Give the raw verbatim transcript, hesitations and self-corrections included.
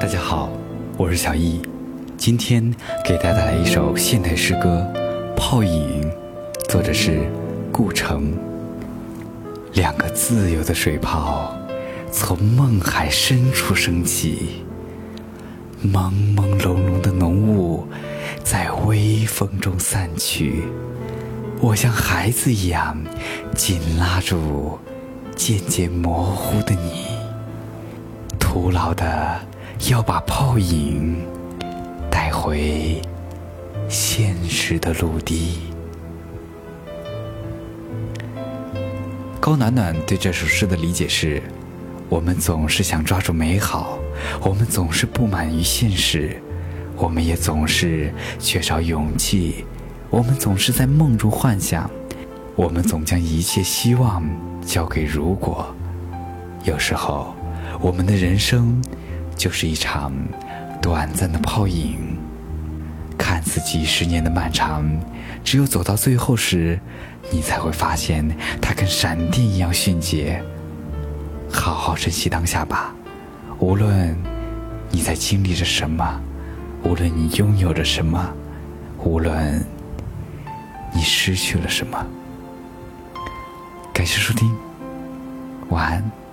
大家好，我是小易，今天给大家带来一首现代诗歌《泡影》，作者是顾城。两个自由的水泡从梦海深处升起，朦朦胧胧的浓雾在微风中散去，我像孩子一样紧拉住渐渐模糊的你，徒劳的要把泡影带回现实的陆地。高暖暖对这首诗的理解是：我们总是想抓住美好，我们总是不满于现实，我们也总是缺少勇气，我们总是在梦中幻想，我们总将一切希望交给如果。有时候我们的人生就是一场短暂的泡影，看似几十年的漫长，只有走到最后时，你才会发现它跟闪电一样迅捷。好好珍惜当下吧，无论你在经历着什么，无论你拥有着什么，无论你失去了什么。感谢收听，晚安。